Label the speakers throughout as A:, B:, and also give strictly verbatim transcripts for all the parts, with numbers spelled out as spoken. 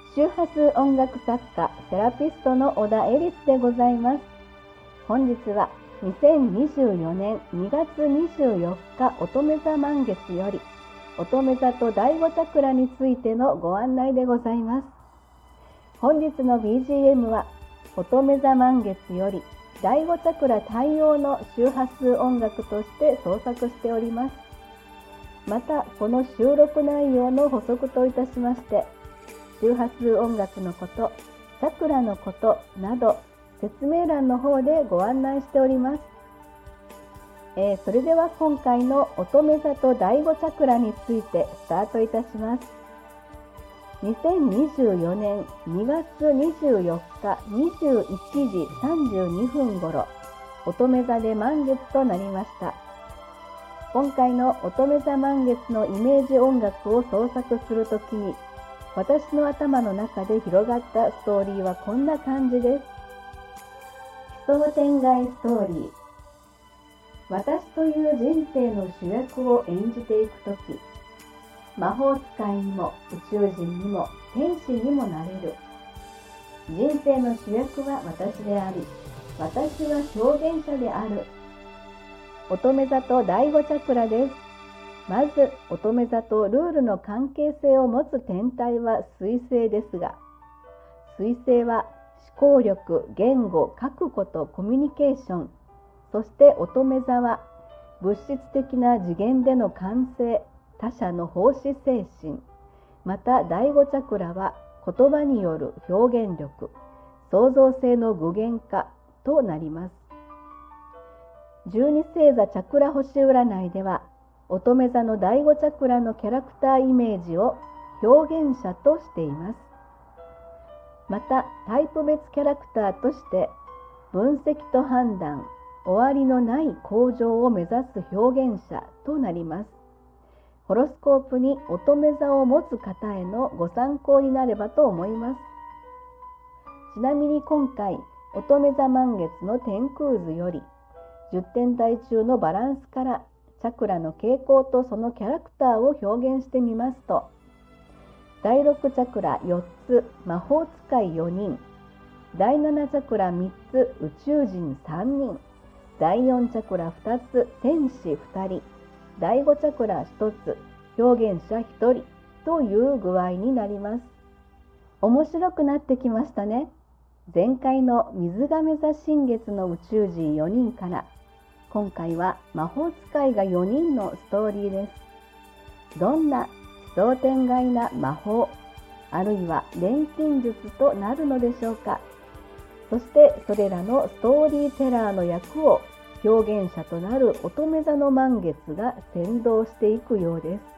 A: 周波数音楽作家セラピストの小田恵里スでございます。本日はにせんにじゅうよねんにがつにじゅうよっか乙女座満月より乙女座とだいごチャクラについてのご案内でございます。本日の ビージーエム は乙女座満月よりだいごチャクラ対応の周波数音楽として創作しております。またこの収録内容の補足といたしまして、周波数音楽のこと、チャクラのことなど説明欄の方でご案内しております。えー、それでは今回の乙女座とだいごチャクラについてスタートいたします。にせんにじゅうよねんにがつにじゅうよっかにじゅういちじさんじゅうにふん頃、乙女座で満月となりました。今回の乙女座満月のイメージ音楽を創作するときに、私の頭の中で広がったストーリーはこんな感じです。奇想天外ストーリー。私という人生の主役を演じていくとき、魔法使いにも宇宙人にも天使にもなれる。人生の主役は私であり、私は表現者である。乙女座とだいごチャクラです。まず乙女座とルールの関係性を持つ天体は水星ですが、水星は思考力、言語、書くこと、コミュニケーション、そして乙女座は物質的な次元での感性、他者の奉仕精神、まただいごチャクラは言葉による表現力、創造性の具現化となります。じゅうに星座チャクラ星占いでは、乙女座のだいごチャクラのキャラクターイメージを表現者としています。またタイプ別キャラクターとして分析と判断、終わりのない向上を目指す表現者となります。ホロスコープに乙女座を持つ方へのご参考になればと思います。ちなみに今回乙女座満月の天空図よりじゅってん体中のバランスからチャクラの傾向とそのキャラクターを表現してみますと、だいろくチャクラよっつ、魔法使いよにん、だいななチャクラみっつ、宇宙人さんにん、だいよんチャクラふたつ、天使ふたり、だいごチャクラひとつ、表現者ひとりという具合になります。面白くなってきましたね。前回の水亀座新月の宇宙人よにんから、今回は魔法使いがよにんのストーリーです。どんな奇想天外な魔法、あるいは錬金術となるのでしょうか。そしてそれらのストーリーテラーの役を表現者となる乙女座の満月が先導していくようです。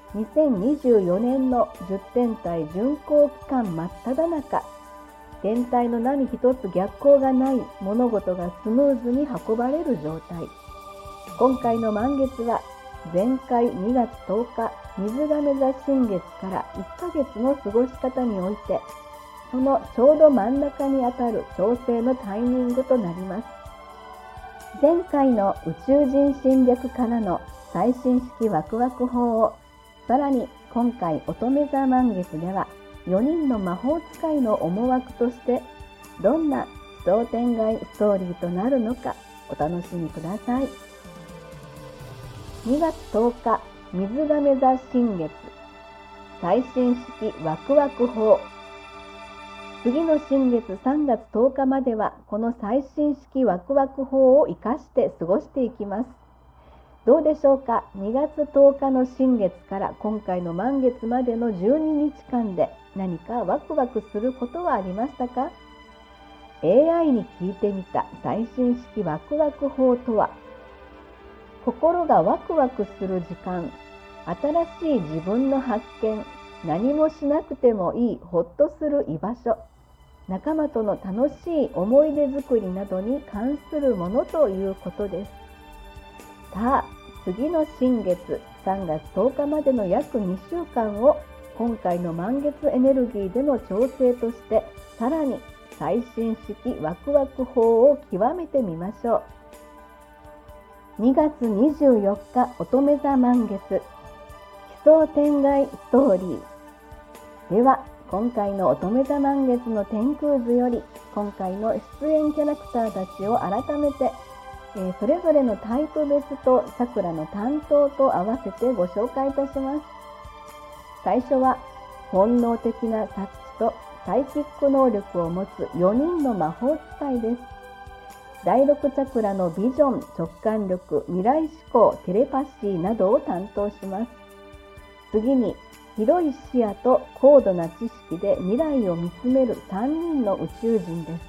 A: にせんにじゅうよねんのじゅってん体巡行期間真っ只中、天体の何一つ逆行がない、物事がスムーズに運ばれる状態。今回の満月は前回にがつとおか水亀座新月からいっかげつの過ごし方において、そのちょうど真ん中にあたる調整のタイミングとなります。前回の宇宙人侵略からの最新式ワクワク法を、さらに今回乙女座満月ではよにんの魔法使いの思惑としてどんな奇想天外ストーリーとなるのかお楽しみください。にがつとおか水亀座新月、最新式ワクワク法。次の新月さんがつとおかまではこの最新式ワクワク法を生かして過ごしていきます。どうでしょうか。にがつとおかの新月から今回の満月までのじゅうににちかんで何かワクワクすることはありましたか？ エーアイ に聞いてみた最新式ワクワク法とは、心がワクワクする時間、新しい自分の発見、何もしなくてもいいほっとする居場所、仲間との楽しい思い出作りなどに関するものということです。さあ、次の新月さんがつとおかまでの約にしゅうかんを今回の満月エネルギーでの調整として、さらに最新式ワクワク法を極めてみましょう。にがつにじゅうよっか乙女座満月、奇想天外ストーリーでは今回の乙女座満月の天空図より今回の出演キャラクターたちを改めて、えー、それぞれのタイプ別とチャクラの担当と合わせてご紹介いたします。最初は本能的な察知とサイキック能力を持つよにんの魔法使いです。だいろくチャクラのビジョン、直感力、未来思考、テレパシーなどを担当します。次に広い視野と高度な知識で未来を見つめるさんにんの宇宙人です。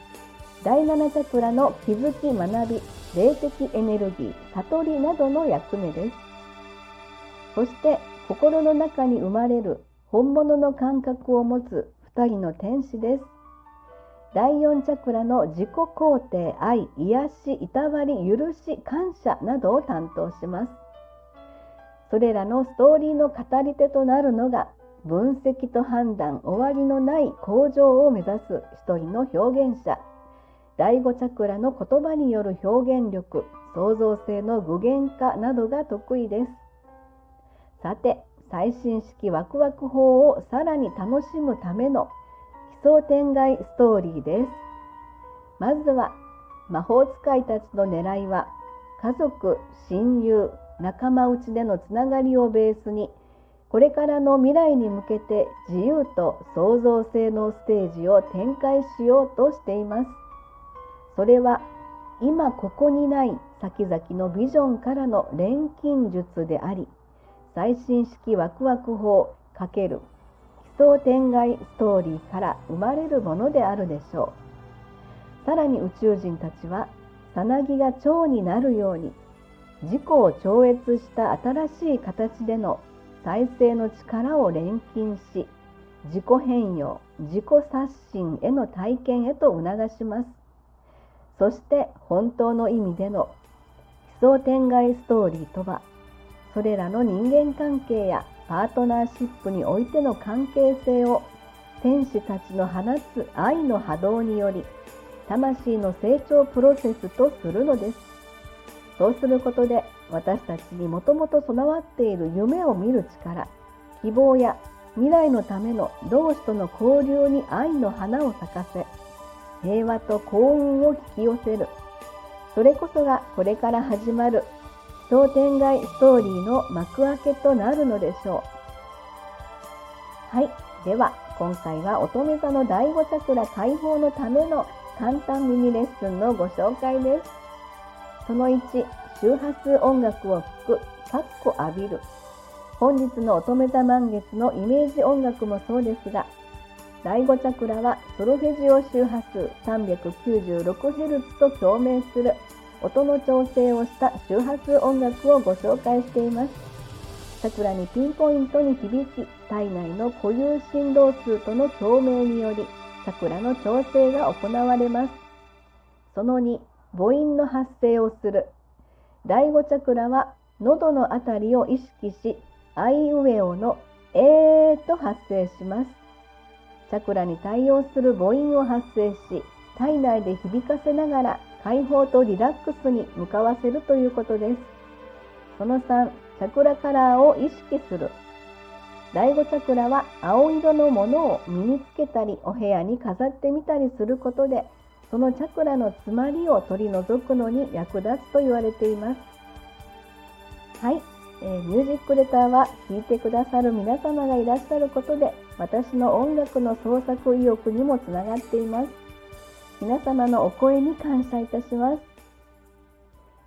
A: だいななチャクラの気づき、学び、霊的エネルギー、悟りなどの役目です。そして心の中に生まれる本物の感覚を持つふたりの天使です。だいよんチャクラの自己肯定、愛、癒し、いたわり、許し、感謝などを担当します。それらのストーリーの語り手となるのが、分析と判断、終わりのない向上を目指す一人の表現者。だいごチャクラの言葉による表現力、創造性の具現化などが得意です。さて、最新式ワクワク法をさらに楽しむための奇想天外ストーリーです。まずは、魔法使いたちの狙いは、家族、親友、仲間内でのつながりをベースに、これからの未来に向けて自由と創造性のステージを展開しようとしています。それは、今ここにない先々のビジョンからの錬金術であり、最新式ワクワク法×奇想天外ストーリーから生まれるものであるでしょう。さらに宇宙人たちは、さなぎが蝶になるように、自己を超越した新しい形での再生の力を錬金し、自己変容、自己刷新への体験へと促します。そして本当の意味での奇想天外ストーリーとは、それらの人間関係やパートナーシップにおいての関係性を天使たちの放つ愛の波動により、魂の成長プロセスとするのです。そうすることで、私たちにもともと備わっている夢を見る力、希望や未来のための同志との交流に愛の花を咲かせ、平和と幸運を引き寄せる。それこそがこれから始まる奇想天外ストーリーの幕開けとなるのでしょう。はい。では、今回は乙女座のだいごチャクラ解放のための簡単ミニレッスンのご紹介です。そのいち、周波数音楽を聴く、かっこ浴びる。本日の乙女座満月のイメージ音楽もそうですが、だいごチャクラはソルフェジオ周波数 さんびゃくきゅうじゅうろくヘルツ と共鳴する音の調整をした周波数音楽をご紹介しています。チャクラにピンポイントに響き、体内の固有振動数との共鳴により、チャクラの調整が行われます。そのに、母音の発声をする。だいごチャクラは喉のあたりを意識し、あいうえおのえーと発声します。チャクラに対応する母音を発声し、体内で響かせながら解放とリラックスに向かわせるということです。そのさん、チャクラカラーを意識する。だいごチャクラは青色のものを身につけたり、お部屋に飾ってみたりすることで、そのチャクラの詰まりを取り除くのに役立つと言われています。はい、えー、ミュージックレターは聴いてくださる皆様がいらっしゃることで、私の音楽の創作意欲にもつながっています。皆様のお声に感謝いたします。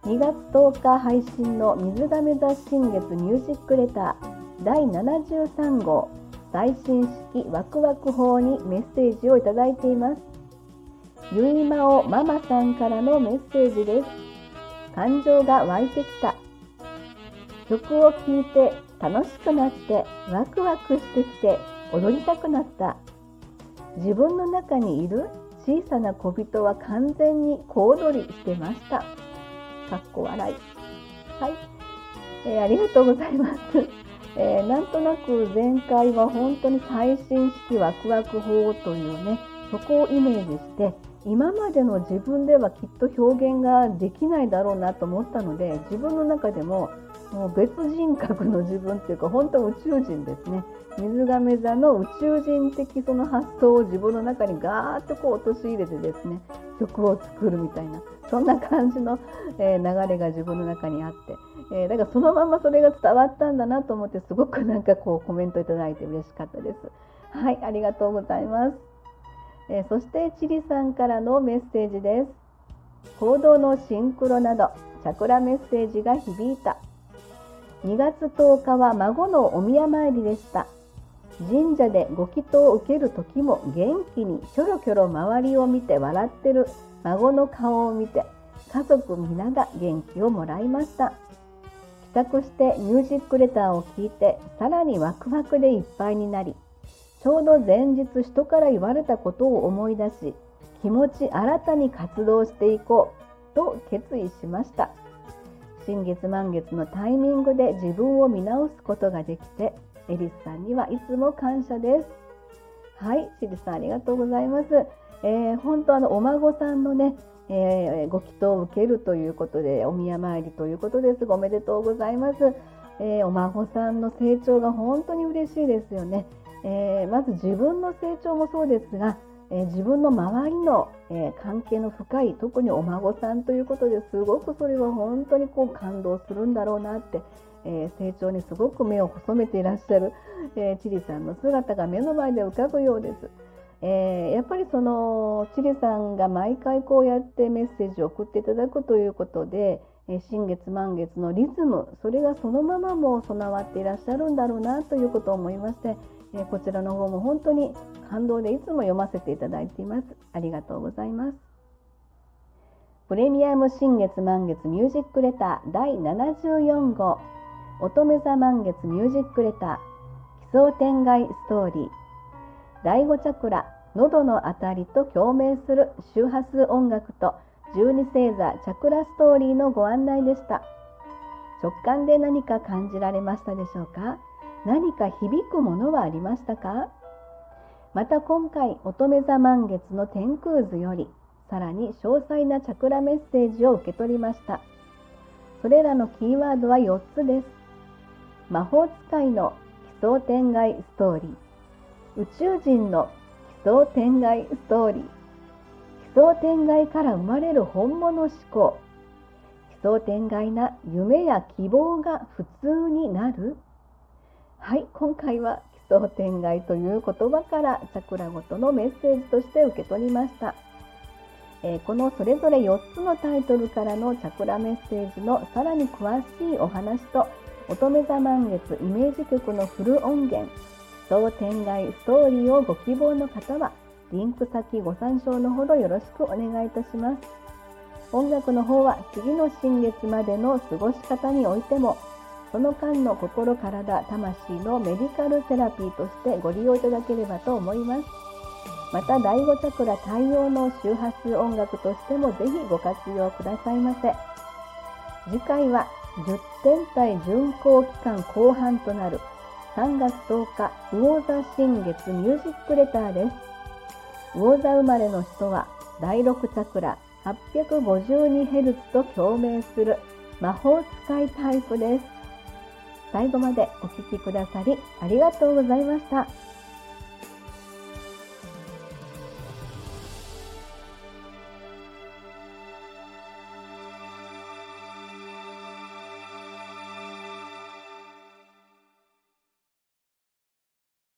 A: にがつとおか配信の水亀座新月ミュージックレターだいななじゅうさんごう最新式ワクワク法にメッセージをいただいています。ゆいまおママさんからのメッセージです。感情が湧いてきた。曲を聴いて楽しくなってワクワクしてきて踊りたくなった。自分の中にいる小さな小人は完全に小躍りしてました。かっこ笑い。はい、えー、ありがとうございます。えー、なんとなく前回は本当に最新式ワクワク法というね、そこをイメージして、 今までの自分ではきっと表現ができないだろうなと思ったので、自分の中でももう別人格の自分っていうか、本当宇宙人ですね。水亀座の宇宙人的その発想を自分の中にガーッとこう落とし入れてですね、曲を作るみたいな、そんな感じの、えー、流れが自分の中にあって、えー、だからそのままそれが伝わったんだなと思って、すごくなんかこうコメントいただいて嬉しかったです。はい、ありがとうございます。えー、そしてチリさんからのメッセージです。行動のシンクロなどチャクラメッセージが響いた。にがつとおかは孫のお宮参りでした。神社でご祈祷を受ける時も元気にキョロキョロ周りを見て笑ってる孫の顔を見て、家族皆が元気をもらいました。帰宅してミュージックレターを聞いて、さらにワクワクでいっぱいになり、ちょうど前日人から言われたことを思い出し、気持ち新たに活動していこうと決意しました。新月満月のタイミングで自分を見直すことができて、エリスさんにはいつも感謝です。はい、シリさんありがとうございます。えー、本当あのお孫さんのね、えー、ご祈祷を受けるということで、お宮参りということです。おめでとうございます。えー、お孫さんの成長が本当に嬉しいですよね。えー、まず自分の成長もそうですが、えー、自分の周りの、えー、関係の深い、特にお孫さんということですごくそれは本当にこう感動するんだろうなって、えー、成長にすごく目を細めていらっしゃる、えー、チリさんの姿が目の前で浮かぶようです。えー、やっぱりそのチリさんが毎回こうやってメッセージを送っていただくということで、えー、新月満月のリズム、それがそのままも備わっていらっしゃるんだろうなということを思いまして、えー、こちらの方も本当に感動でいつも読ませていただいています。ありがとうございます。プレミアム新月満月ミュージックレターだいななじゅうよんごう、乙女座満月ミュージックレター、奇想天外ストーリー。だいごチャクラ、喉のあたりと共鳴する周波数音楽とじゅうに星座チャクラストーリーのご案内でした。直感で何か感じられましたでしょうか？何か響くものはありましたか？また今回、乙女座満月の天空図より、さらに詳細なチャクラメッセージを受け取りました。それらのキーワードはよっつです。魔法使いの奇想天外ストーリー。宇宙人の奇想天外ストーリー。奇想天外から生まれる本物思考。奇想天外な夢や希望が普通になる。はい、今回は奇想天外という言葉からチャクラごとのメッセージとして受け取りました。えー、このそれぞれよっつのタイトルからのチャクラメッセージのさらに詳しいお話と、乙女座満月イメージ曲のフル音源、奇想天外ストーリーをご希望の方は、リンク先ご参照のほどよろしくお願いいたします。音楽の方は次の新月までの過ごし方においても、その間の心、体、魂のメディカルセラピーとしてご利用いただければと思います。また、だいごチャクラ対応の周波数音楽としてもぜひご活用くださいませ。次回はじゅってん体巡行期間後半となるさんがつとおか魚座新月ミュージックレターです。魚座生まれの人はだいろくチャクラ はっぴゃくごじゅうにヘルツ と共鳴する魔法使いタイプです。最後までお聞きくださりありがとうございました。